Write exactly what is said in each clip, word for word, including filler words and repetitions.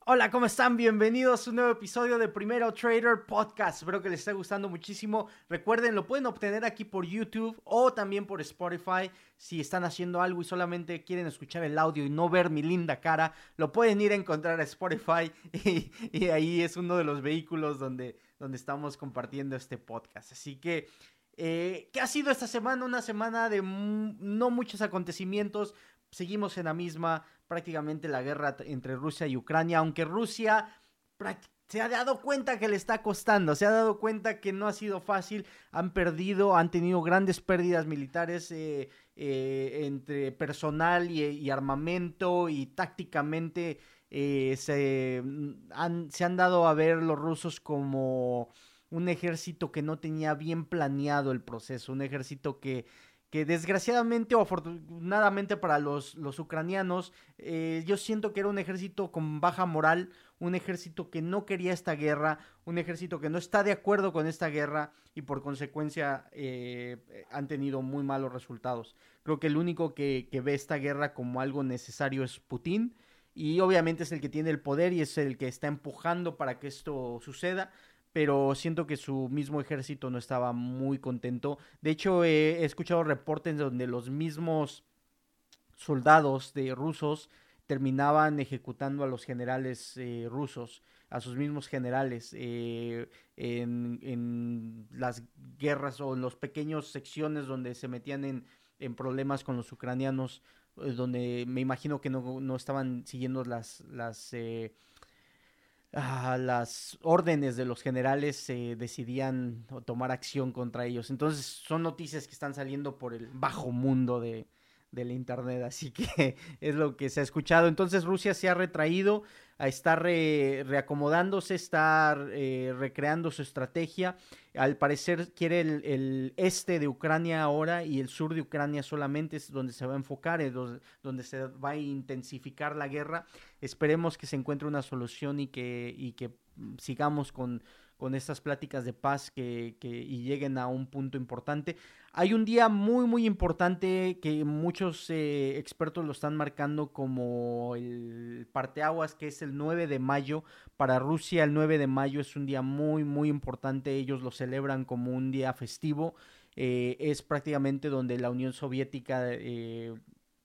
Hola, ¿cómo están? Bienvenidos a un nuevo episodio de Primero Trader Podcast. Espero que les esté gustando muchísimo. Recuerden, lo pueden obtener aquí por YouTube o también por Spotify. Si están haciendo algo y solamente quieren escuchar el audio y no ver mi linda cara, lo pueden ir a encontrar a Spotify y, y ahí es uno de los vehículos donde, donde estamos compartiendo este podcast. Así que, eh, ¿qué ha sido esta semana? Una semana de m- no muchos acontecimientos. Seguimos en la misma, prácticamente la guerra entre Rusia y Ucrania, aunque Rusia se ha dado cuenta que le está costando, se ha dado cuenta que no ha sido fácil, han perdido, han tenido grandes pérdidas militares eh, eh, entre personal y, y, armamento y tácticamente eh, se, han, se han dado a ver los rusos como un ejército que no tenía bien planeado el proceso, un ejército que que desgraciadamente o afortunadamente para los, los ucranianos, eh, yo siento que era un ejército con baja moral, un ejército que no quería esta guerra, un ejército que no está de acuerdo con esta guerra y por consecuencia eh, han tenido muy malos resultados. Creo que el único que, que ve esta guerra como algo necesario es Putin y obviamente es el que tiene el poder y es el que está empujando para que esto suceda, pero siento que su mismo ejército no estaba muy contento. De hecho, eh, he escuchado reportes donde los mismos soldados de rusos terminaban ejecutando a los generales eh, rusos, a sus mismos generales, eh, en, en, las guerras o en las pequeñas secciones donde se metían en, en problemas con los ucranianos, eh, donde me imagino que no, no estaban siguiendo las, las eh, ah, las órdenes de los generales eh, decidían tomar acción contra ellos. Entonces son noticias que están saliendo por el bajo mundo de, del internet, así que es lo que se ha escuchado. Entonces Rusia se ha retraído, a estar re, reacomodándose, está eh, recreando su estrategia. Al parecer quiere el, el, este de Ucrania ahora y el sur de Ucrania solamente es donde se va a enfocar, es donde, donde se va a intensificar la guerra. Esperemos que se encuentre una solución y que, y que sigamos con, con estas pláticas de paz que, que, y lleguen a un punto importante. Hay un día muy, muy importante que muchos eh, expertos lo están marcando como el parteaguas, que es el nueve de mayo. Para Rusia, el nueve de mayo es un día muy, muy importante. Ellos lo celebran como un día festivo. Eh, es prácticamente donde la Unión Soviética eh,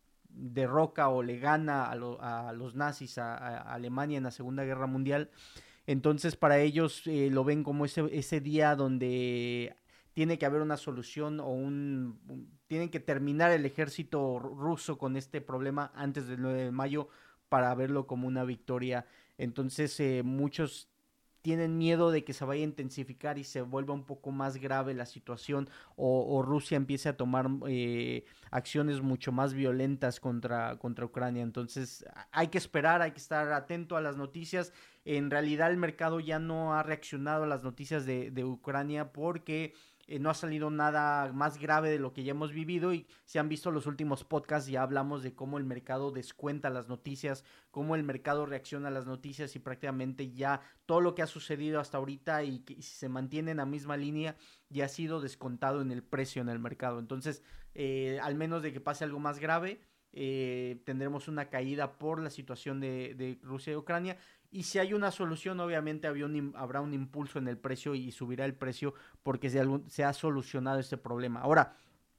derroca o le gana a, lo, a los nazis a, a, Alemania en la Segunda Guerra Mundial. Entonces para ellos eh, lo ven como ese, ese día donde tiene que haber una solución o un, un, tienen que terminar el ejército ruso con este problema antes del nueve de mayo para verlo como una victoria. Entonces eh, muchos tienen miedo de que se vaya a intensificar y se vuelva un poco más grave la situación o, o Rusia empiece a tomar eh, acciones mucho más violentas contra, contra Ucrania. Entonces hay que esperar, hay que estar atento a las noticias. En realidad el mercado ya no ha reaccionado a las noticias de, de Ucrania porque eh, no ha salido nada más grave de lo que ya hemos vivido y si han visto los últimos podcasts ya hablamos de cómo el mercado descuenta las noticias, cómo el mercado reacciona a las noticias y prácticamente ya todo lo que ha sucedido hasta ahorita y que y si se mantiene en la misma línea ya ha sido descontado en el precio en el mercado. Entonces, eh, al menos de que pase algo más grave, eh, tendremos una caída por la situación de, de Rusia y Ucrania. Y si hay una solución, obviamente un, habrá un impulso en el precio y subirá el precio porque se, se ha solucionado este problema. Ahora,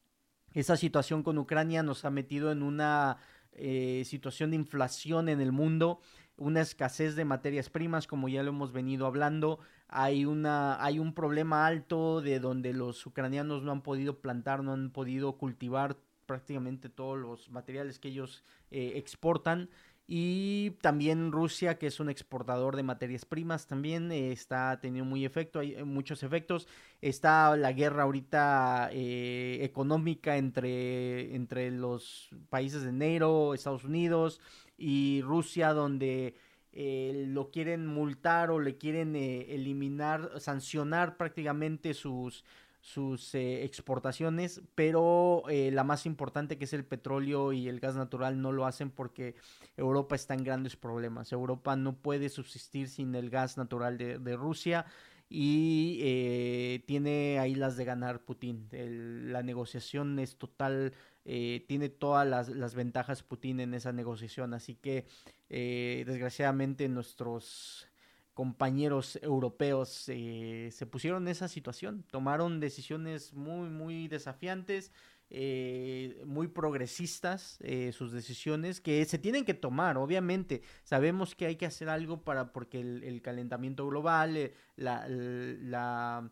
esa situación con Ucrania nos ha metido en una eh, situación de inflación en el mundo, una escasez de materias primas, como ya lo hemos venido hablando. Hay, una, hay un problema alto de donde los ucranianos no han podido plantar, no han podido cultivar prácticamente todos los materiales que ellos eh, exportan. Y también Rusia, que es un exportador de materias primas, también eh, está teniendo muy efecto, hay muchos efectos. Está la guerra ahorita eh, económica entre, entre los países de NATO, Estados Unidos y Rusia, donde eh, lo quieren multar o le quieren eh, eliminar, sancionar prácticamente sus, sus eh, exportaciones, pero eh, la más importante que es el petróleo y el gas natural no lo hacen porque Europa está en grandes problemas. Europa no puede subsistir sin el gas natural de, de Rusia y eh, tiene ahí las de ganar Putin. El, la negociación es total eh, tiene todas las, las ventajas Putin en esa negociación, así que eh, desgraciadamente nuestros compañeros europeos eh, se pusieron en esa situación, tomaron decisiones muy, muy desafiantes, eh, muy progresistas, eh, sus decisiones que se tienen que tomar, obviamente. Sabemos que hay que hacer algo para, porque el, el calentamiento global, eh, la, la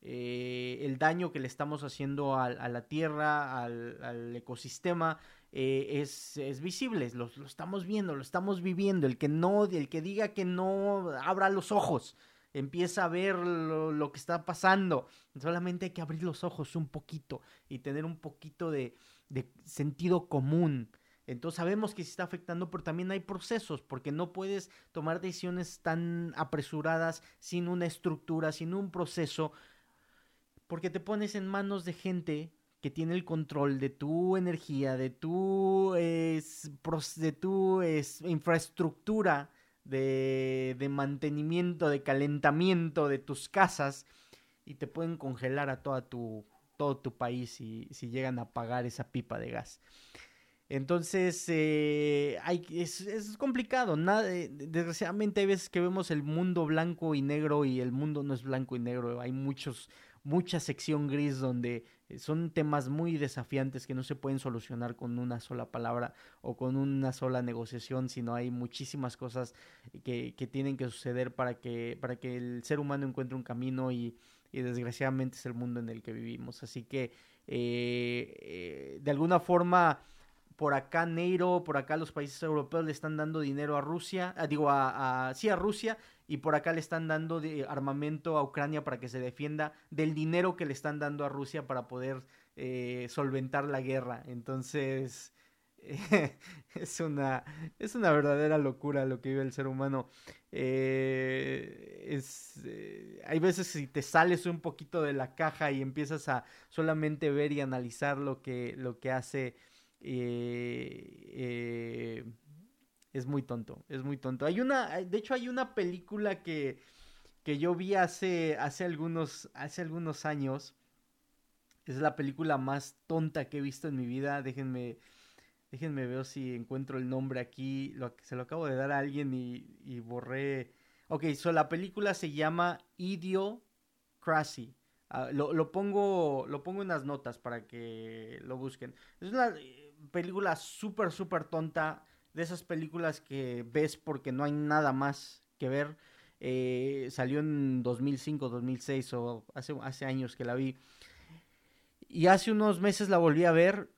eh, el daño que le estamos haciendo a, a la tierra, al, al ecosistema, eh, es, es visible, lo, lo estamos viendo, lo estamos viviendo. El que no, el que diga que no, abra los ojos, empieza a ver lo, lo que está pasando. Solamente hay que abrir los ojos un poquito y tener un poquito de, de sentido común. Entonces sabemos que se está afectando, pero también hay procesos, porque no puedes tomar decisiones tan apresuradas sin una estructura, sin un proceso, porque te pones en manos de gente que tiene el control de tu energía, de tu, es, de tu es, infraestructura de, de mantenimiento, de calentamiento de tus casas, y te pueden congelar a toda tu, todo tu país si, si llegan a apagar esa pipa de gas. Entonces, eh, hay, es, es complicado. Nada, desgraciadamente hay veces que vemos el mundo blanco y negro y el mundo no es blanco y negro. Hay muchos, mucha sección gris donde son temas muy desafiantes que no se pueden solucionar con una sola palabra o con una sola negociación, sino hay muchísimas cosas que, que tienen que suceder para que, para que el ser humano encuentre un camino y, y desgraciadamente es el mundo en el que vivimos. Así que, eh, eh, de alguna forma, por acá Neiro, por acá los países europeos le están dando dinero a Rusia, ah, digo, a, a, sí, a Rusia, y por acá le están dando de armamento a Ucrania para que se defienda del dinero que le están dando a Rusia para poder eh, solventar la guerra. Entonces, eh, es, una, es una verdadera locura lo que vive el ser humano. Eh, es, eh, hay veces si te sales un poquito de la caja y empiezas a solamente ver y analizar lo que, lo que hace. Eh, eh, es muy tonto, es muy tonto. Hay una, de hecho hay una película que, que yo vi hace, hace, algunos, hace algunos años. Es la película más tonta que he visto en mi vida. Déjenme, déjenme ver si encuentro el nombre aquí. Lo, se lo acabo de dar a alguien y, y borré. Ok, so la película se llama Idiocracy. Uh, lo, lo, pongo, lo pongo en las notas para que lo busquen. Es una película súper, súper tonta. De esas películas que ves porque no hay nada más que ver. Eh, salió en dos mil cinco, dos mil seis o hace, hace años que la vi. Y hace unos meses la volví a ver.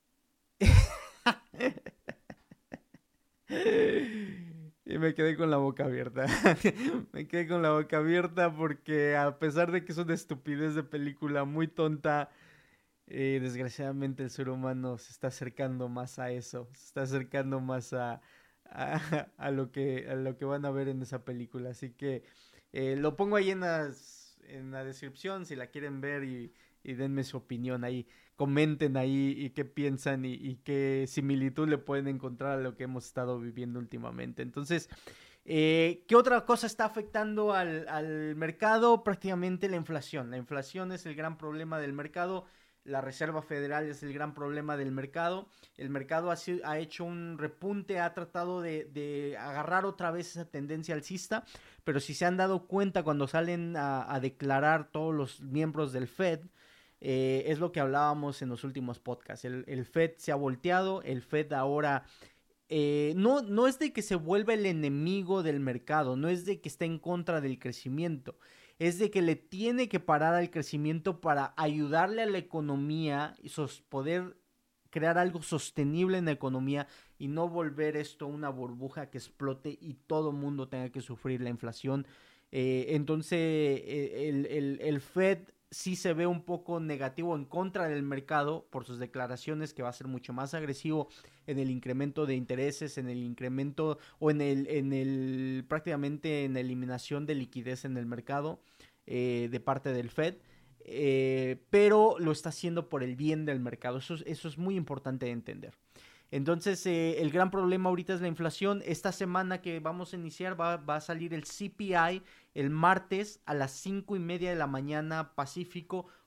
Y me quedé con la boca abierta. Me quedé con la boca abierta porque, a pesar de que es una estupidez de película muy tonta, eh, desgraciadamente el ser humano se está acercando más a eso. Se está acercando más a, a, a, lo, que, a lo que van a ver en esa película. Así que eh, lo pongo ahí en, las, en la descripción si la quieren ver y, y denme su opinión ahí. Comenten ahí y qué piensan y, y qué similitud le pueden encontrar a lo que hemos estado viviendo últimamente. Entonces, eh, ¿qué otra cosa está afectando al, al mercado? Prácticamente la inflación. La inflación es el gran problema del mercado. La Reserva Federal es el gran problema del mercado. El mercado ha, ha hecho un repunte, ha tratado de, de agarrar otra vez esa tendencia alcista, pero si se han dado cuenta cuando salen a, a declarar todos los miembros del Fed, Eh, es lo que hablábamos en los últimos podcasts. El, el Fed se ha volteado, el Fed ahora eh, no, no es de que se vuelva el enemigo del mercado, no es de que esté en contra del crecimiento, es de que le tiene que parar al crecimiento para ayudarle a la economía y sos, poder crear algo sostenible en la economía y no volver esto una burbuja que explote y todo el mundo tenga que sufrir la inflación. Eh, entonces eh, el, el, el Fed sí se ve un poco negativo en contra del mercado por sus declaraciones, que va a ser mucho más agresivo en el incremento de intereses, en el incremento o en el, en el prácticamente en la eliminación de liquidez en el mercado eh, de parte del Fed. Eh, pero lo está haciendo por el bien del mercado. Eso, eso es muy importante de entender. Entonces, eh, el gran problema ahorita es la inflación. Esta semana que vamos a iniciar va, va a salir el C P I el martes a las cinco y media de la mañana Pacífico,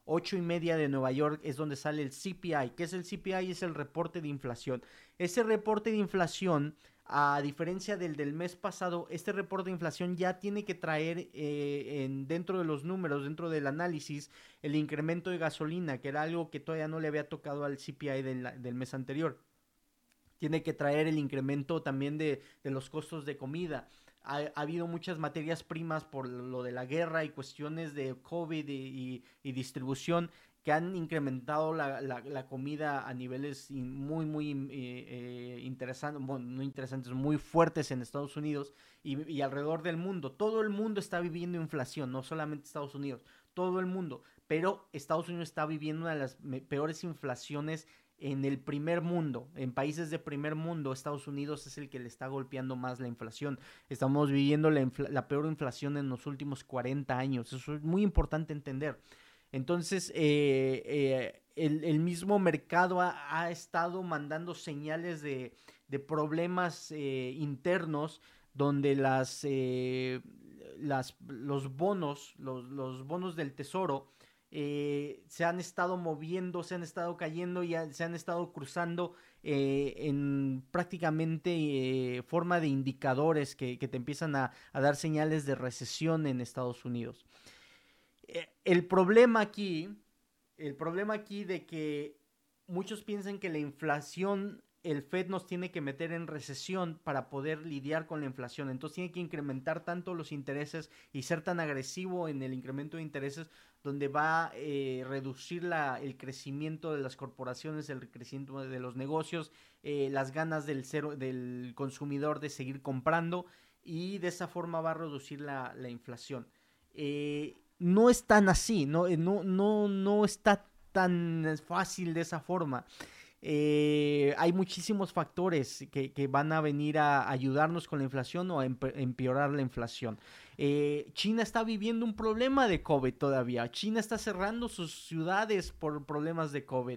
ocho y media de Nueva York es donde sale el C P I. ¿Qué es el C P I? Es el reporte de inflación. Ese reporte de inflación, a diferencia del del mes pasado, este reporte de inflación ya tiene que traer eh, en, dentro de los números, dentro del análisis, el incremento de gasolina, que era algo que todavía no le había tocado al C P I del, del mes anterior. Tiene que traer el incremento también de, de los costos de comida. Ha, ha, habido muchas materias primas por lo de la guerra y cuestiones de COVID y, y, y distribución que han incrementado la, la, la, comida a niveles muy, muy eh, eh, interesantes, bueno, no interesantes, muy fuertes en Estados Unidos y, y alrededor del mundo. Todo el mundo está viviendo inflación, no solamente Estados Unidos, todo el mundo. Pero Estados Unidos está viviendo una de las peores inflaciones en el primer mundo, en países de primer mundo. Estados Unidos es el que le está golpeando más la inflación. Estamos viviendo la, infla- la peor inflación en los últimos cuarenta años. Eso es muy importante entender. Entonces, eh, eh, el, el mismo mercado ha, ha estado mandando señales de, de problemas eh, internos donde las, eh, las, los bonos, los, los bonos del tesoro, eh, se han estado moviendo, se han estado cayendo y ha, se han estado cruzando eh, en prácticamente eh, forma de indicadores que, que te empiezan a, a dar señales de recesión en Estados Unidos. Eh, el problema aquí, el problema aquí de que muchos piensan que la inflación, el Fed nos tiene que meter en recesión para poder lidiar con la inflación. Entonces tiene que incrementar tanto los intereses y ser tan agresivo en el incremento de intereses donde va a eh, reducir la, el crecimiento de las corporaciones, el crecimiento de los negocios, eh, las ganas del, cero, del consumidor de seguir comprando y de esa forma va a reducir la, la inflación. Eh, no es tan así, no, no, no, no está tan fácil de esa forma. Eh, hay muchísimos factores que, que, van a venir a ayudarnos con la inflación o a empeorar la inflación. Eh, China está viviendo un problema de COVID todavía. China está cerrando sus ciudades por problemas de COVID.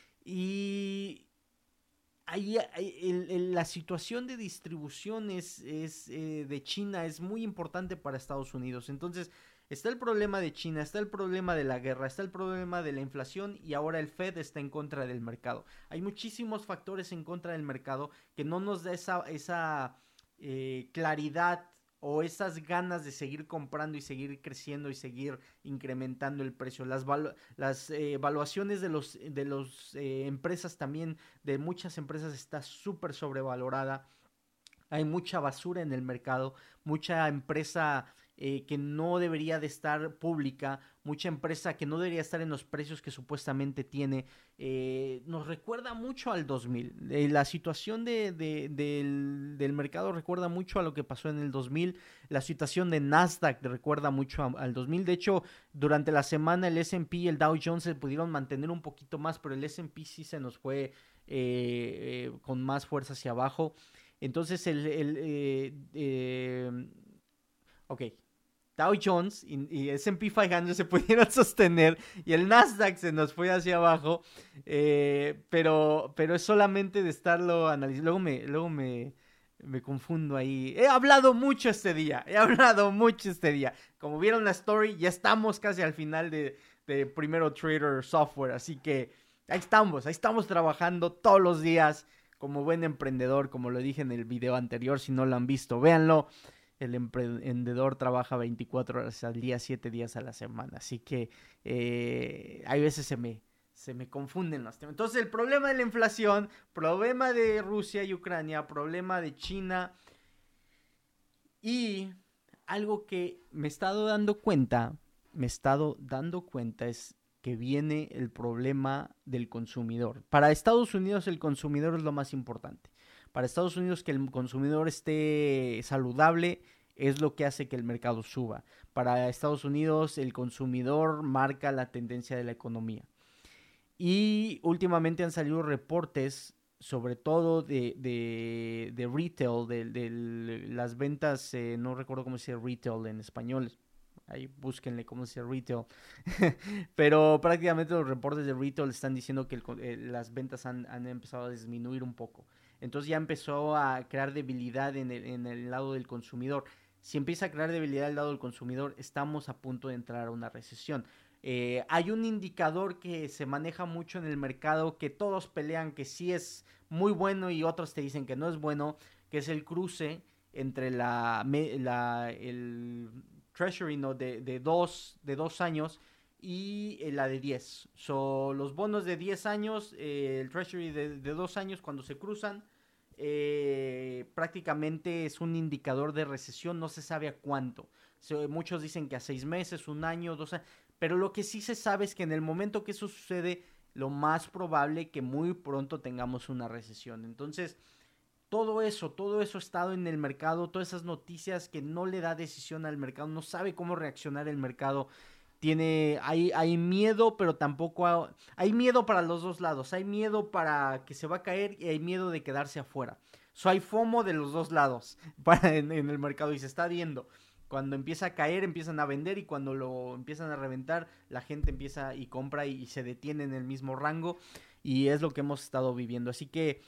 Y ahí, ahí el, el, la situación de distribución es, es, eh, de China es muy importante para Estados Unidos. Entonces, está el problema de China, está el problema de la guerra, está el problema de la inflación y ahora el Fed está en contra del mercado. Hay muchísimos factores en contra del mercado que no nos da esa, esa eh, claridad o esas ganas de seguir comprando y seguir creciendo y seguir incrementando el precio. Las, valu- las eh, evaluaciones de los de los eh, empresas también, de muchas empresas, está súper sobrevalorada. Hay mucha basura en el mercado, mucha empresa eh, que no debería de estar pública, mucha empresa que no debería estar en los precios que supuestamente tiene. Eh, nos recuerda mucho al dos mil. Eh, la situación de, de, del, del mercado recuerda mucho a lo que pasó en el dos mil. La situación de Nasdaq recuerda mucho a, al dos mil. De hecho, durante la semana el ese and pe y el Dow Jones se pudieron mantener un poquito más, pero el ese and pe sí se nos fue eh, eh, con más fuerza hacia abajo. Entonces, el, el eh, eh, ok, Dow Jones y, y ese and pe quinientos se pudieron sostener y el Nasdaq se nos fue hacia abajo, eh, pero, pero es solamente de estarlo analizando. Luego me, luego me, me confundo ahí. He hablado mucho este día, he hablado mucho este día. Como vieron la story, ya estamos casi al final de, de Primero Trader Software, así que ahí estamos, ahí estamos trabajando todos los días como buen emprendedor, como lo dije en el video anterior. Si no lo han visto, véanlo. El emprendedor trabaja veinticuatro horas al día, siete días a la semana. Así que eh, hay veces se me, se me confunden los temas. Entonces, el problema de la inflación, problema de Rusia y Ucrania, problema de China y algo que me he estado dando cuenta, me he estado dando cuenta es que viene el problema del consumidor. Para Estados Unidos el consumidor es lo más importante. Para Estados Unidos que el consumidor esté saludable es lo que hace que el mercado suba. Para Estados Unidos el consumidor marca la tendencia de la economía. Y últimamente han salido reportes, sobre todo de, de, de retail, de, de las ventas, eh, no recuerdo cómo se dice retail en español, ahí búsquenle cómo se dice retail, pero prácticamente los reportes de retail están diciendo que el, eh, las ventas han, han empezado a disminuir un poco. Entonces ya empezó a crear debilidad en el, en el lado del consumidor. Si empieza a crear debilidad al lado del consumidor, estamos a punto de entrar a una recesión. Eh, hay un indicador que se maneja mucho en el mercado, que todos pelean que sí es muy bueno y otros te dicen que no es bueno, que es el cruce entre la, la el Treasury, ¿no? de, de, dos, de dos años y eh, la de diez. So, los bonos de diez años, eh, el Treasury de, de dos años, cuando se cruzan, eh, prácticamente es un indicador de recesión, no se sabe a cuánto. So, muchos dicen que a seis meses, un año, dos años, pero lo que sí se sabe es que en el momento que eso sucede, lo más probable que muy pronto tengamos una recesión. Entonces, todo eso, todo eso ha estado en el mercado, todas esas noticias que no le da decisión al mercado, no sabe cómo reaccionar el mercado. Tiene, hay, hay miedo, pero tampoco ha- hay miedo para los dos lados. Hay miedo para que se va a caer y hay miedo de quedarse afuera. So, hay FOMO de los dos lados para, en, en el mercado y se está viendo. Cuando empieza a caer, empiezan a vender y cuando lo empiezan a reventar, la gente empieza y compra y, y se detiene en el mismo rango. Y es lo que hemos estado viviendo. Así que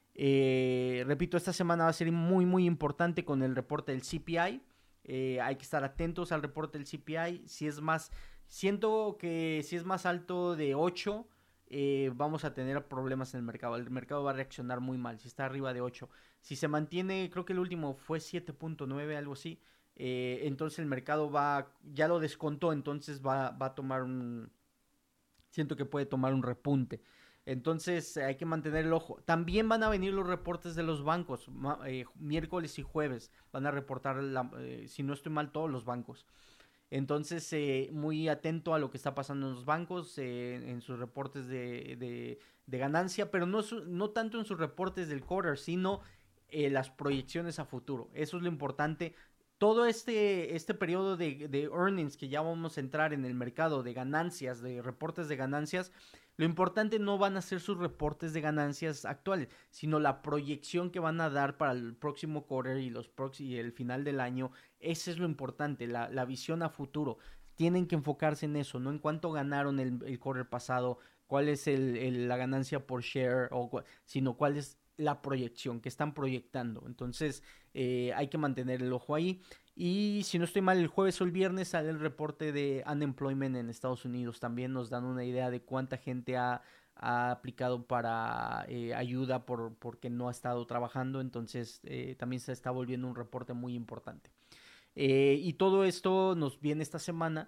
eh, repito, esta semana va a ser muy, muy importante con el reporte del C P I. Eh, hay que estar atentos al reporte del C P I. Si es más, siento que si es más alto de ocho, eh, vamos a tener problemas en el mercado. El mercado va a reaccionar muy mal. Si está arriba de ocho, si se mantiene, creo que el último fue siete punto nueve, algo así. Eh, entonces el mercado va, ya lo descontó, entonces va, va a tomar un, siento que puede tomar un repunte. Entonces hay que mantener el ojo. También van a venir los reportes de los bancos. Eh, miércoles y jueves van a reportar, la, eh, si no estoy mal, todos los bancos. Entonces, eh, muy atento a lo que está pasando en los bancos, eh, en sus reportes de, de, de ganancia, pero no, su, no tanto en sus reportes del quarter, sino eh, las proyecciones a futuro. Eso es lo importante. Todo este, este periodo de, de earnings que ya vamos a entrar en el mercado de ganancias, de reportes de ganancias, lo importante no van a ser sus reportes de ganancias actuales, sino la proyección que van a dar para el próximo quarter y, los y el final del año. Ese es lo importante, la, la visión a futuro. Tienen que enfocarse en eso, no en cuánto ganaron el, el quarter pasado, cuál es el, el, la ganancia por share, o, sino cuál es la proyección que están proyectando. Entonces eh, hay que mantener el ojo ahí. Y si no estoy mal, el jueves o el viernes sale el reporte de unemployment en Estados Unidos. También nos dan una idea de cuánta gente ha, ha aplicado para eh, ayuda por, porque no ha estado trabajando. Entonces eh, también se está volviendo un reporte muy importante. Eh, y todo esto nos viene esta semana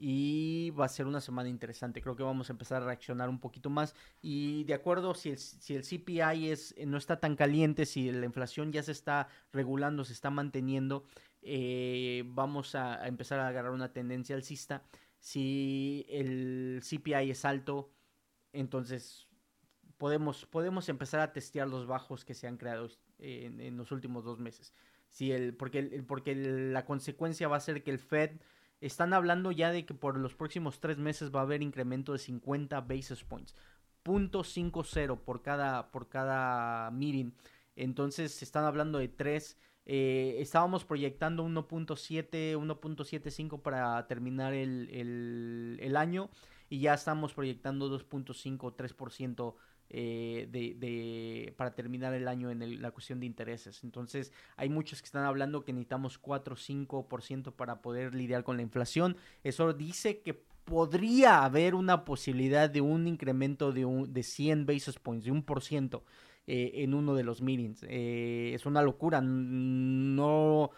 y va a ser una semana interesante. Creo que vamos a empezar a reaccionar un poquito más. Y de acuerdo, si el, si el C P I es, no está tan caliente, si la inflación ya se está regulando, se está manteniendo, eh, vamos a, a empezar a agarrar una tendencia alcista. Si el C P I es alto, entonces podemos, podemos empezar a testear los bajos que se han creado en, en los últimos dos meses. Si el, porque el, porque el, la consecuencia va a ser que el Fed, están hablando ya de que por los próximos tres meses va a haber incremento de cincuenta basis points, punto cincuenta por cada, por cada meeting. Entonces están hablando de tres. Eh, estábamos proyectando uno punto siete, uno punto setenta y cinco para terminar el, el, el año y ya estamos proyectando dos punto cinco, tres por ciento eh, de, de, para terminar el año en el, la cuestión de intereses. Entonces hay muchos que están hablando que necesitamos cuatro o cinco por ciento para poder lidiar con la inflación. Eso dice que podría haber una posibilidad de un incremento de, un, de cien basis points, de un por ciento eh, en uno de los meetings. Eh, es una locura. No...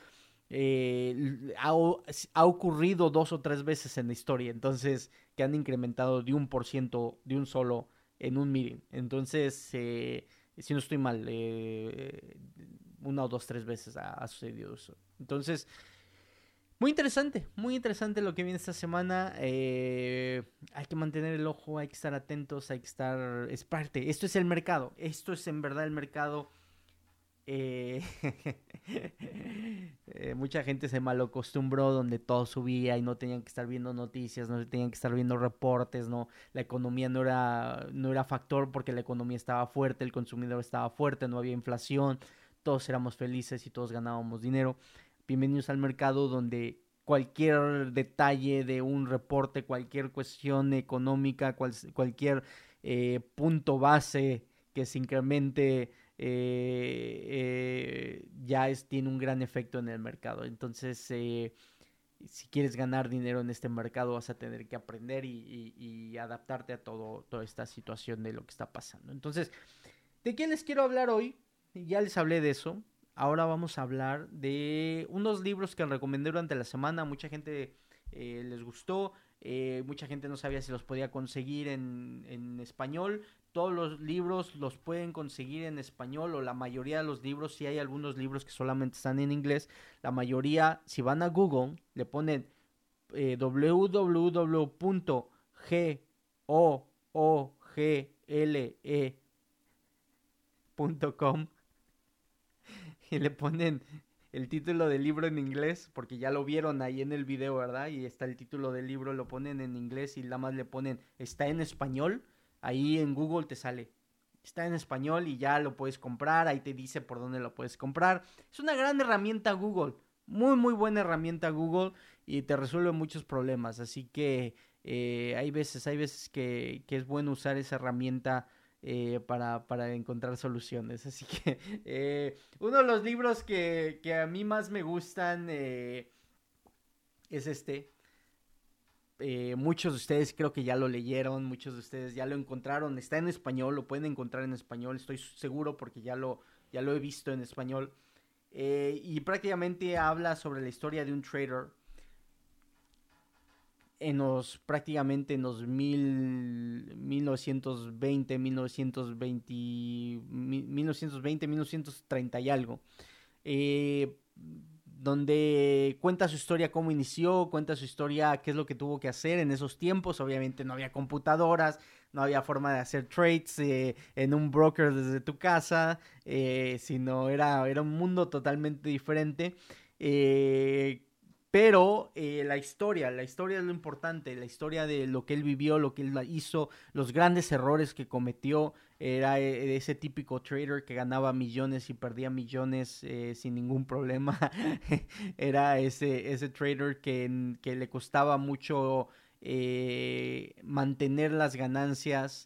Eh, ha, ha, ocurrido dos o tres veces en la historia, entonces que han incrementado de un por ciento de un solo en un meeting. Entonces, eh, si no estoy mal, eh, una o dos, tres veces ha, ha sucedido eso. Entonces, muy interesante, muy interesante lo que viene esta semana. Eh, hay que mantener el ojo, hay que estar atentos, hay que estar... Es parte, esto es el mercado, esto es en verdad el mercado. Eh, eh, mucha gente se malacostumbró donde todo subía y no tenían que estar viendo noticias, no tenían que estar viendo reportes, no, la economía no era, no era factor porque la economía estaba fuerte, el consumidor estaba fuerte, no había inflación, todos éramos felices y todos ganábamos dinero. Bienvenidos al mercado donde cualquier detalle de un reporte, cualquier cuestión económica, cual, cualquier eh, punto base que se incremente eh, eh, ya es, tiene un gran efecto en el mercado. Entonces, eh, si quieres ganar dinero en este mercado vas a tener que aprender y, y, y adaptarte a todo, toda esta situación de lo que está pasando. Entonces, ¿de qué les quiero hablar hoy? Ya les hablé de eso. Ahora vamos a hablar de unos libros que recomendé durante la semana. Mucha gente eh, les gustó. Eh, mucha gente no sabía si los podía conseguir en, en español. Todos los libros los pueden conseguir en español, o la mayoría de los libros. Si hay algunos libros que solamente están en inglés, la mayoría, si van a Google, le ponen eh, w w w punto google punto com y le ponen el título del libro en inglés, porque ya lo vieron ahí en el video, ¿verdad? Y está el título del libro, lo ponen en inglés y nada más le ponen está en español. Ahí en Google te sale está en español y ya lo puedes comprar. Ahí te dice por dónde lo puedes comprar. Es una gran herramienta Google, muy muy buena herramienta Google, y te resuelve muchos problemas. Así que eh, hay veces, hay veces que, que es bueno usar esa herramienta eh, para, para encontrar soluciones. Así que eh, uno de los libros que, que a mí más me gustan eh, es este. Eh, muchos de ustedes creo que ya lo leyeron, muchos de ustedes ya lo encontraron, está en español, lo pueden encontrar en español, estoy seguro porque ya lo, ya lo he visto en español. Eh, y prácticamente habla sobre la historia de un trader en los prácticamente en los mil, mil novecientos veinte, mil novecientos veinte, mil novecientos veinte, mil novecientos treinta y algo. Eh, donde cuenta su historia, cómo inició, cuenta su historia, qué es lo que tuvo que hacer en esos tiempos. Obviamente no había computadoras, no había forma de hacer trades eh, en un broker desde tu casa, eh, sino era, era un mundo totalmente diferente. Eh, pero eh, la historia, la historia es lo importante, la historia de lo que él vivió, lo que él hizo, los grandes errores que cometió. Era ese típico trader que ganaba millones y perdía millones eh, sin ningún problema. Era ese, ese trader que, que le costaba mucho eh, mantener las ganancias.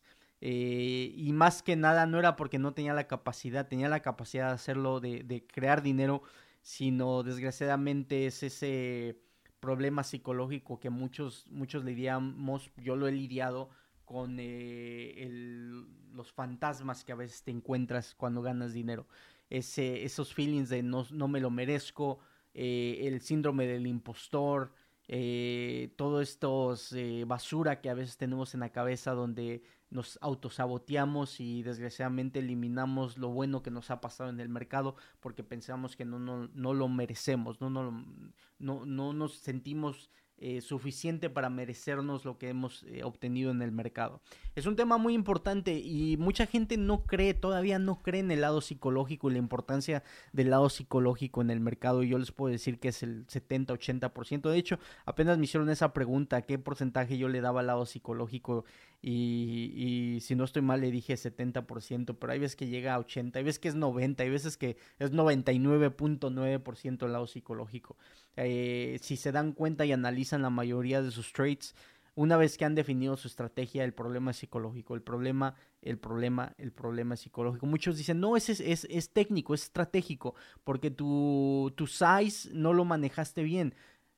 Eh, y más que nada no era porque no tenía la capacidad, tenía la capacidad de hacerlo, de, de crear dinero, sino desgraciadamente es ese problema psicológico que muchos, muchos lidiamos. Yo lo he lidiado con eh, el, los fantasmas que a veces te encuentras cuando ganas dinero. Ese, esos feelings de no, no me lo merezco, eh, el síndrome del impostor, eh, todo estos eh, basura que a veces tenemos en la cabeza, donde nos autosaboteamos y desgraciadamente eliminamos lo bueno que nos ha pasado en el mercado porque pensamos que no, no, no lo merecemos, no, no, no, no nos sentimos Eh, suficiente para merecernos lo que hemos eh, obtenido en el mercado. Es un tema muy importante y mucha gente no cree, todavía no cree en el lado psicológico y la importancia del lado psicológico en el mercado. Y yo les puedo decir que es el setenta ochenta por ciento. De hecho, apenas me hicieron esa pregunta, ¿qué porcentaje yo le daba al lado psicológico? Y, y si no estoy mal le dije setenta por ciento, pero hay veces que llega a ochenta, hay veces que es noventa, hay veces que es noventa y nueve punto nueve por ciento el lado psicológico. Eh, si se dan cuenta y analizan la mayoría de sus trades, una vez que han definido su estrategia, el problema es psicológico, el problema, el problema, el problema es psicológico. Muchos dicen, no, ese es, es, es técnico, es estratégico, porque tu, tu size no lo manejaste bien.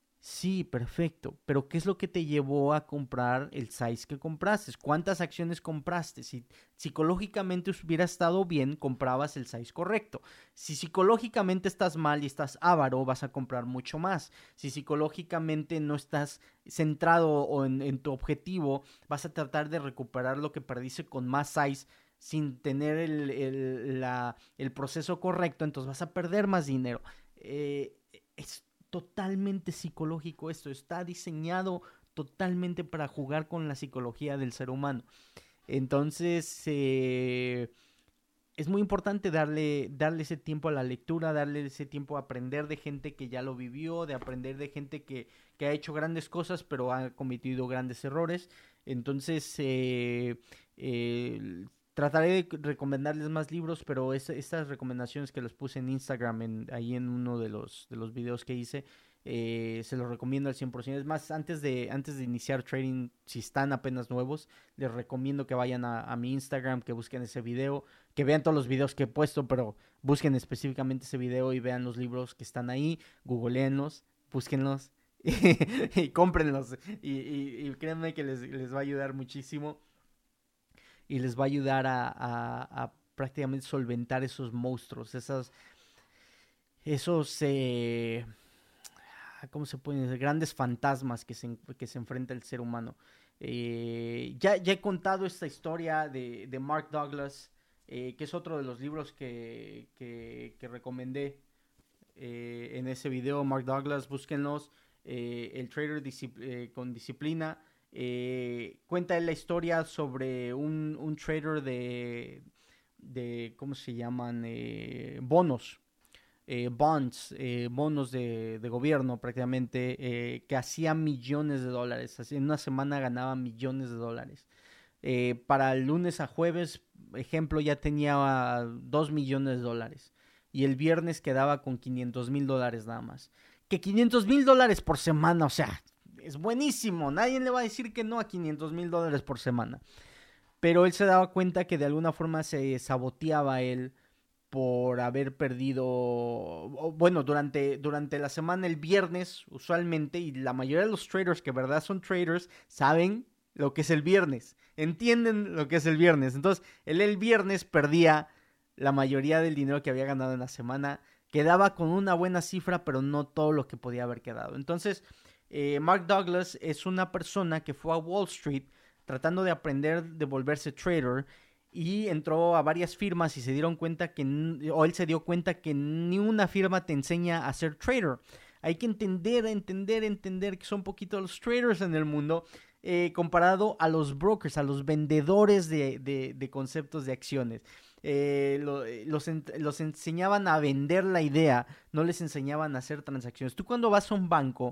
Sí, perfecto, pero ¿qué es lo que te llevó a comprar el size que compraste? ¿Cuántas acciones compraste? Si psicológicamente hubiera estado bien, comprabas el size correcto. Si psicológicamente estás mal y estás avaro, vas a comprar mucho más. Si psicológicamente no estás centrado o en, en tu objetivo, vas a tratar de recuperar lo que perdiste con más size sin tener el, el, la, el proceso correcto, entonces vas a perder más dinero. Eh, es totalmente psicológico esto, está diseñado totalmente para jugar con la psicología del ser humano. Entonces, eh, es muy importante darle, darle ese tiempo a la lectura, darle ese tiempo a aprender de gente que ya lo vivió, de aprender de gente que, que ha hecho grandes cosas, pero ha cometido grandes errores. Entonces, eh, eh, trataré de recomendarles más libros, pero es, estas recomendaciones que les puse en Instagram, en, ahí en uno de los, de los videos que hice, eh, se los recomiendo al cien por ciento. Es más, antes de, antes de iniciar trading, si están apenas nuevos, les recomiendo que vayan a, a mi Instagram, que busquen ese video, que vean todos los videos que he puesto, pero busquen específicamente ese video y vean los libros que están ahí, googleenlos, búsquenlos y cómprenlos. Y, y, y créanme que les, les va a ayudar muchísimo. Y les va a ayudar a, a, a prácticamente solventar esos monstruos, esas, esos, eh, ¿cómo se pueden decir? Grandes fantasmas que se, que se enfrenta el ser humano. Eh, ya, ya he contado esta historia de, de Mark Douglas, eh, que es otro de los libros que, que, que recomendé eh, en ese video. Mark Douglas, búsquenlos. Eh, el Trader Discipl- eh, con Disciplina. Eh, cuenta la historia sobre un, un trader de, de, ¿cómo se llaman? Eh, bonos eh, bonds, eh, bonos de, de, gobierno prácticamente, eh, que hacía millones de dólares. Así, en una semana ganaba millones de dólares. Eh, para el lunes a jueves, ejemplo, ya tenía dos millones de dólares. Y el viernes quedaba con quinientos mil dólares nada más. Que quinientos mil dólares por semana, o sea, es buenísimo. Nadie le va a decir que no a quinientos mil dólares por semana. Pero él se daba cuenta que de alguna forma se saboteaba él por haber perdido, bueno, durante, durante la semana, el viernes, usualmente, y la mayoría de los traders que verdad son traders, saben lo que es el viernes, entienden lo que es el viernes. Entonces, él el viernes perdía la mayoría del dinero que había ganado en la semana, quedaba con una buena cifra, pero no todo lo que podía haber quedado. Entonces, eh, Mark Douglas es una persona que fue a Wall Street tratando de aprender de volverse trader, y entró a varias firmas y se dieron cuenta que, o él se dio cuenta que ni una firma te enseña a ser trader. Hay que entender, entender, entender que son poquitos los traders en el mundo eh, comparado a los brokers, a los vendedores de, de, de conceptos de acciones. Eh, lo, los, los enseñaban a vender la idea, no les enseñaban a hacer transacciones. Tú cuando vas a un banco,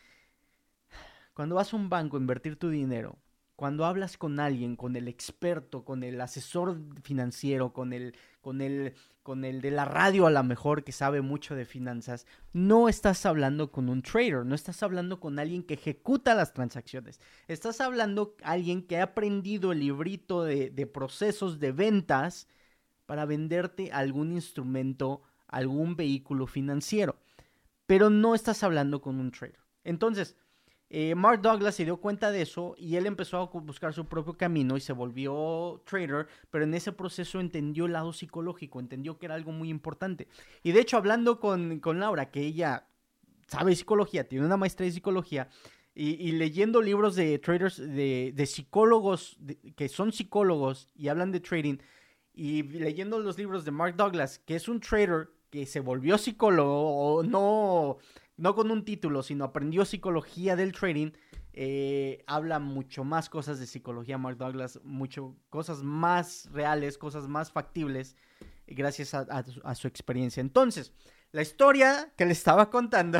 cuando vas a un banco a invertir tu dinero, cuando hablas con alguien, con el experto, con el asesor financiero, con el, con el, con el de la radio a lo mejor que sabe mucho de finanzas, no estás hablando con un trader, no estás hablando con alguien que ejecuta las transacciones. Estás hablando con alguien que ha aprendido el librito de, de procesos de ventas para venderte algún instrumento, algún vehículo financiero. Pero no estás hablando con un trader. Entonces, Eh, Mark Douglas se dio cuenta de eso y él empezó a buscar su propio camino y se volvió trader, pero en ese proceso entendió el lado psicológico, entendió que era algo muy importante. Y de hecho, hablando con, con Laura, que ella sabe psicología, tiene una maestría de psicología, y, y leyendo libros de traders, de, de psicólogos, de, que son psicólogos y hablan de trading, y leyendo los libros de Mark Douglas, que es un trader que se volvió psicólogo, o no... no con un título, sino aprendió psicología del trading, eh, habla mucho más cosas de psicología Mark Douglas, mucho, cosas más reales, cosas más factibles, gracias a, a, a su experiencia. Entonces, la historia que le estaba contando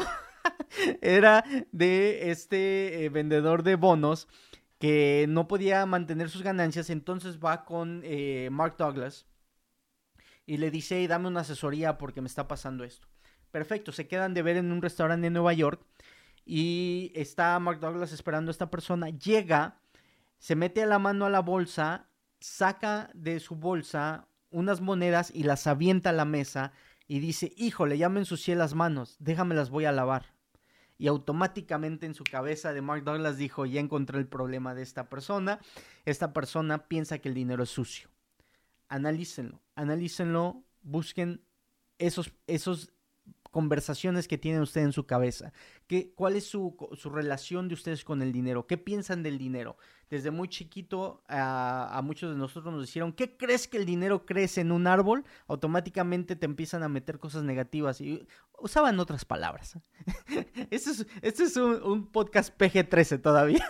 era de este eh, vendedor de bonos que no podía mantener sus ganancias, entonces va con eh, Mark Douglas y le dice, hey, dame una asesoría porque me está pasando esto. Perfecto, se quedan de ver en un restaurante en Nueva York y está Mark Douglas esperando a esta persona. Llega, se mete a la mano a la bolsa, saca de su bolsa unas monedas y las avienta a la mesa y dice, híjole, ya me ensucié las manos, déjame las voy a lavar. Y automáticamente en su cabeza de Mark Douglas dijo, ya encontré el problema de esta persona. Esta persona piensa que el dinero es sucio. Analícenlo, analícenlo, busquen esos, esos conversaciones que tienen ustedes en su cabeza. ¿Qué, ¿Cuál es su, su relación de ustedes con el dinero? ¿Qué piensan del dinero? Desde muy chiquito a, a muchos de nosotros nos dijeron, ¿qué crees que el dinero crece en un árbol? Automáticamente te empiezan a meter cosas negativas y usaban otras palabras. Este es, este es un, un podcast P G trece todavía.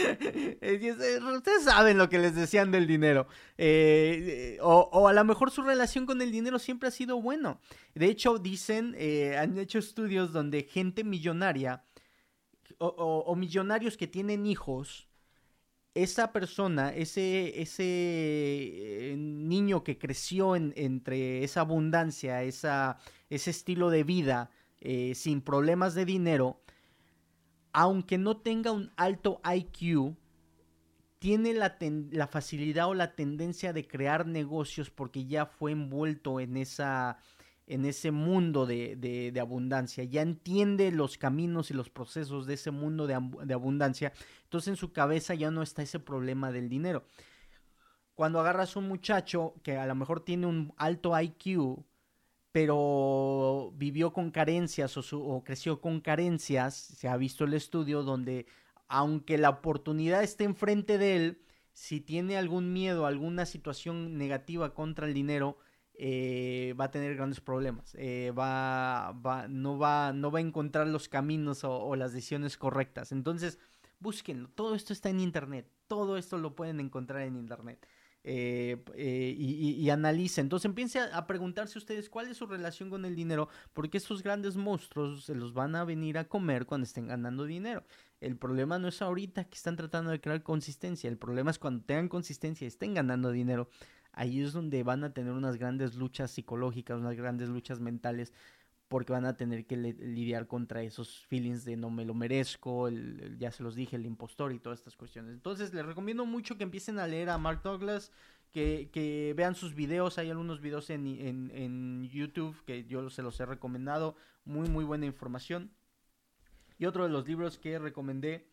Ustedes saben lo que les decían del dinero. Eh, o, o a lo mejor su relación con el dinero siempre ha sido bueno. De hecho, dicen, eh, han hecho estudios donde gente millonaria o, o, o millonarios que tienen hijos, esa persona, ese, ese eh, niño que creció en, entre esa abundancia, esa, ese estilo de vida, eh, sin problemas de dinero, aunque no tenga un alto I Q, tiene la, ten, la facilidad o la tendencia de crear negocios porque ya fue envuelto en esa, en ese mundo de, de, de abundancia, ya entiende los caminos y los procesos de ese mundo de, de abundancia, entonces en su cabeza ya no está ese problema del dinero. Cuando agarras un muchacho que a lo mejor tiene un alto I Q, pero vivió con carencias o, su, o creció con carencias, se ha visto el estudio donde aunque la oportunidad esté enfrente de él, si tiene algún miedo, alguna situación negativa contra el dinero, eh, va a tener grandes problemas. Eh, va, va, no, va, no va a encontrar los caminos o, o las decisiones correctas. Entonces, búsquenlo. Todo esto está en internet. Todo esto lo pueden encontrar en internet. Eh, eh, y, y, y analice. Entonces empiece a, a preguntarse ustedes cuál es su relación con el dinero, porque estos grandes monstruos se los van a venir a comer cuando estén ganando dinero. El problema no es ahorita que están tratando de crear consistencia, el problema es cuando tengan consistencia y estén ganando dinero. Ahí es donde van a tener unas grandes luchas psicológicas, unas grandes luchas mentales, porque van a tener que le- lidiar contra esos feelings de no me lo merezco, el, el- ya se los dije, el impostor y todas estas cuestiones. Entonces les recomiendo mucho que empiecen a leer a Mark Douglas, que, que vean sus videos, hay algunos videos en, en, en YouTube que yo se los he recomendado, muy muy buena información. Y otro de los libros que recomendé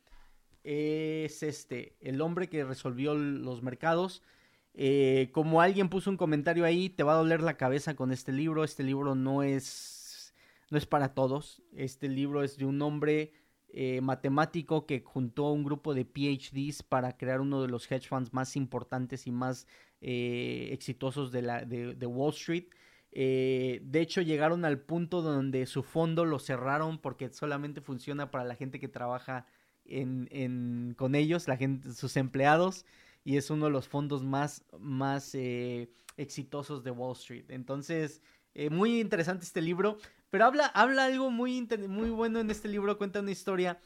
es este, El hombre que resolvió los mercados. Eh, como alguien puso un comentario ahí, te va a doler la cabeza con este libro. Este libro no es, no es para todos. Este libro es de un hombre eh, matemático que juntó a un grupo de P H Ds para crear uno de los hedge funds más importantes y más eh, exitosos de, la, de, de Wall Street. Eh, de hecho, llegaron al punto donde su fondo lo cerraron porque solamente funciona para la gente que trabaja en, en, con ellos, la gente, sus empleados, y es uno de los fondos más, más eh, exitosos de Wall Street. Entonces, eh, muy interesante este libro, pero habla, habla algo muy, inter- muy bueno en este libro, cuenta una historia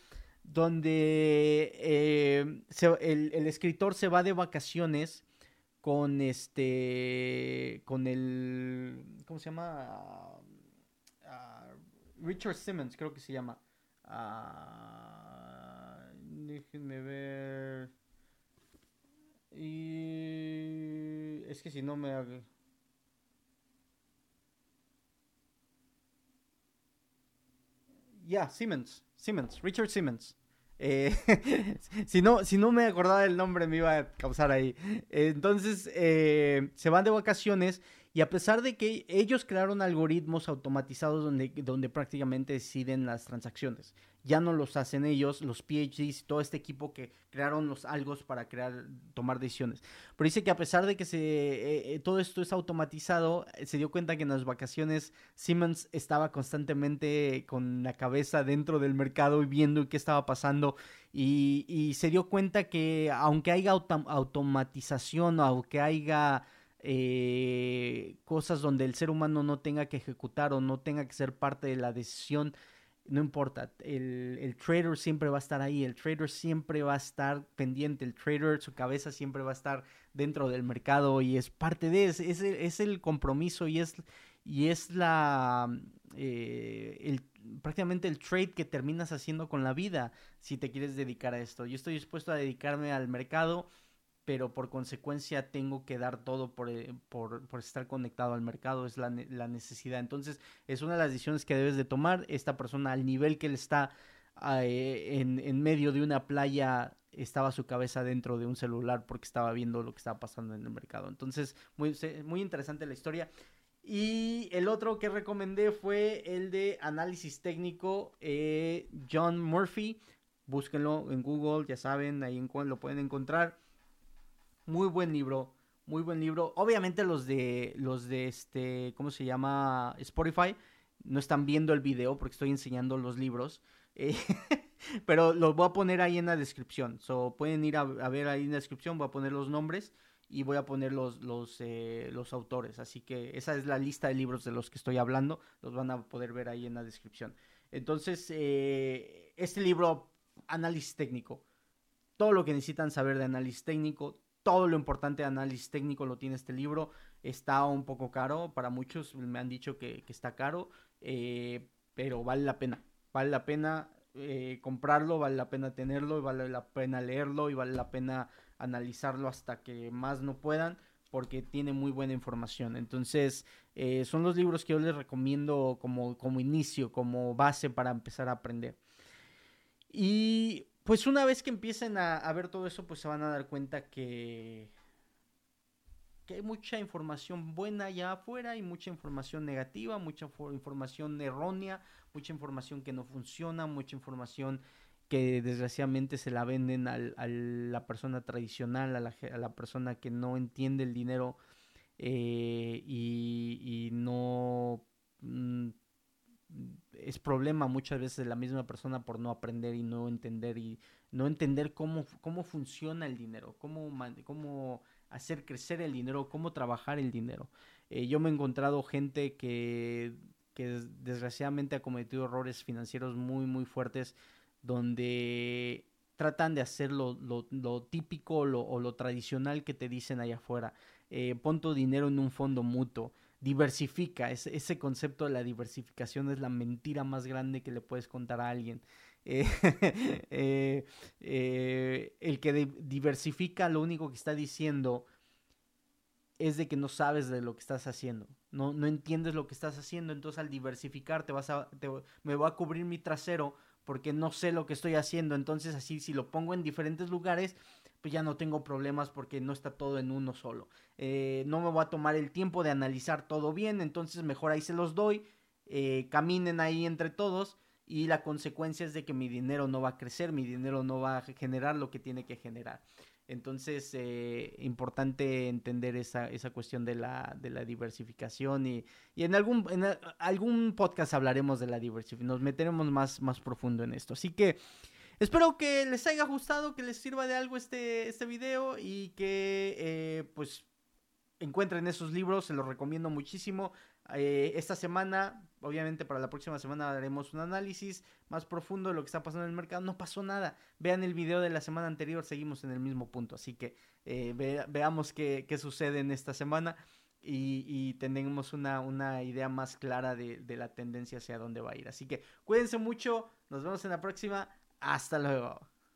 donde eh, se, el, el escritor se va de vacaciones con este, con el, ¿cómo se llama? Uh, Richard Simmons, creo que se llama. Uh, déjenme ver. Y es que si no me... Ya, yeah, Simmons, Simmons, Richard Simmons. Eh, si, no, si no me acordaba del nombre me iba a causar ahí. Eh, entonces eh, se van de vacaciones y a pesar de que ellos crearon algoritmos automatizados donde, donde prácticamente deciden las transacciones, ya no los hacen ellos, los P H Ds y todo este equipo que crearon los algos para crear, tomar decisiones. Pero dice que a pesar de que se, eh, eh, todo esto es automatizado, eh, se dio cuenta que en las vacaciones Siemens estaba constantemente con la cabeza dentro del mercado y viendo qué estaba pasando y, y se dio cuenta que aunque haya autom automatización, aunque haya eh, cosas donde el ser humano no tenga que ejecutar o no tenga que ser parte de la decisión, no importa, el, el trader siempre va a estar ahí, el trader siempre va a estar pendiente, el trader, su cabeza siempre va a estar dentro del mercado y es parte de, es, es, el, es el compromiso y es, y es la, eh, el, prácticamente el trade que terminas haciendo con la vida si te quieres dedicar a esto. Yo estoy dispuesto a dedicarme al mercado, pero por consecuencia tengo que dar todo por, eh, por, por estar conectado al mercado, es la, la, necesidad. Entonces es una de las decisiones que debes de tomar. Esta persona al nivel que él está eh, en, en medio de una playa, estaba su cabeza dentro de un celular porque estaba viendo lo que estaba pasando en el mercado. Entonces muy, muy interesante la historia. Y el otro que recomendé fue el de análisis técnico, eh, John Murphy. Búsquenlo en Google, ya saben, ahí en, lo pueden encontrar. Muy buen libro, muy buen libro. Obviamente los de los de este, ¿cómo se llama? Spotify no están viendo el video porque estoy enseñando los libros. Eh, pero los voy a poner ahí en la descripción. So, pueden ir a, a, ver ahí en la descripción, voy a poner los nombres y voy a poner los, los, eh, los autores. Así que esa es la lista de libros de los que estoy hablando. Los van a poder ver ahí en la descripción. Entonces, eh, este libro, análisis técnico. Todo lo que necesitan saber de análisis técnico, todo lo importante de análisis técnico lo tiene este libro. Está un poco caro, para muchos me han dicho que, que está caro, eh, pero vale la pena. Vale la pena eh, comprarlo, vale la pena tenerlo, vale la pena leerlo y vale la pena analizarlo hasta que más no puedan, porque tiene muy buena información. Entonces, eh, son los libros que yo les recomiendo como, como inicio, como base para empezar a aprender. Y pues una vez que empiecen a, a ver todo eso, pues se van a dar cuenta que, que hay mucha información buena allá afuera y mucha información negativa, mucha información errónea, mucha información que no funciona, mucha información que desgraciadamente se la venden al, a la persona tradicional, a la, a la persona que no entiende el dinero eh, y, y no mm, es problema muchas veces de la misma persona por no aprender y no entender y no entender cómo, cómo funciona el dinero, cómo, cómo hacer crecer el dinero, cómo trabajar el dinero. Eh, yo me he encontrado gente que, que desgraciadamente ha cometido errores financieros muy muy fuertes donde tratan de hacer lo, lo, lo típico lo, o lo tradicional que te dicen allá afuera. Eh, pon tu dinero en un fondo mutuo, diversifica. Ese, ese concepto de la diversificación es la mentira más grande que le puedes contar a alguien. Eh, eh, eh, el que de- diversifica lo único que está diciendo es de que no sabes de lo que estás haciendo. No, no entiendes lo que estás haciendo, entonces al diversificar te vas a, te, me voy a cubrir mi trasero porque no sé lo que estoy haciendo. Entonces así si lo pongo en diferentes lugares, pues ya no tengo problemas porque no está todo en uno solo. Eh, no me voy a tomar el tiempo de analizar todo bien, entonces mejor ahí se los doy, eh, caminen ahí entre todos y la consecuencia es de que mi dinero no va a crecer, mi dinero no va a generar lo que tiene que generar. Entonces, eh, importante entender esa, esa cuestión de la, de la diversificación y, y en algún en a- algún podcast hablaremos de la diversificación, nos meteremos más, más profundo en esto. Así que espero que les haya gustado, que les sirva de algo este, este video y que eh, pues encuentren esos libros, se los recomiendo muchísimo. Eh, esta semana, obviamente para la próxima semana haremos un análisis más profundo de lo que está pasando en el mercado. No pasó nada. Vean el video de la semana anterior, seguimos en el mismo punto. Así que eh, ve, veamos qué, qué, sucede en esta semana y, y tenemos una, una, idea más clara de, de la tendencia hacia dónde va a ir. Así que cuídense mucho, nos vemos en la próxima. Hasta luego.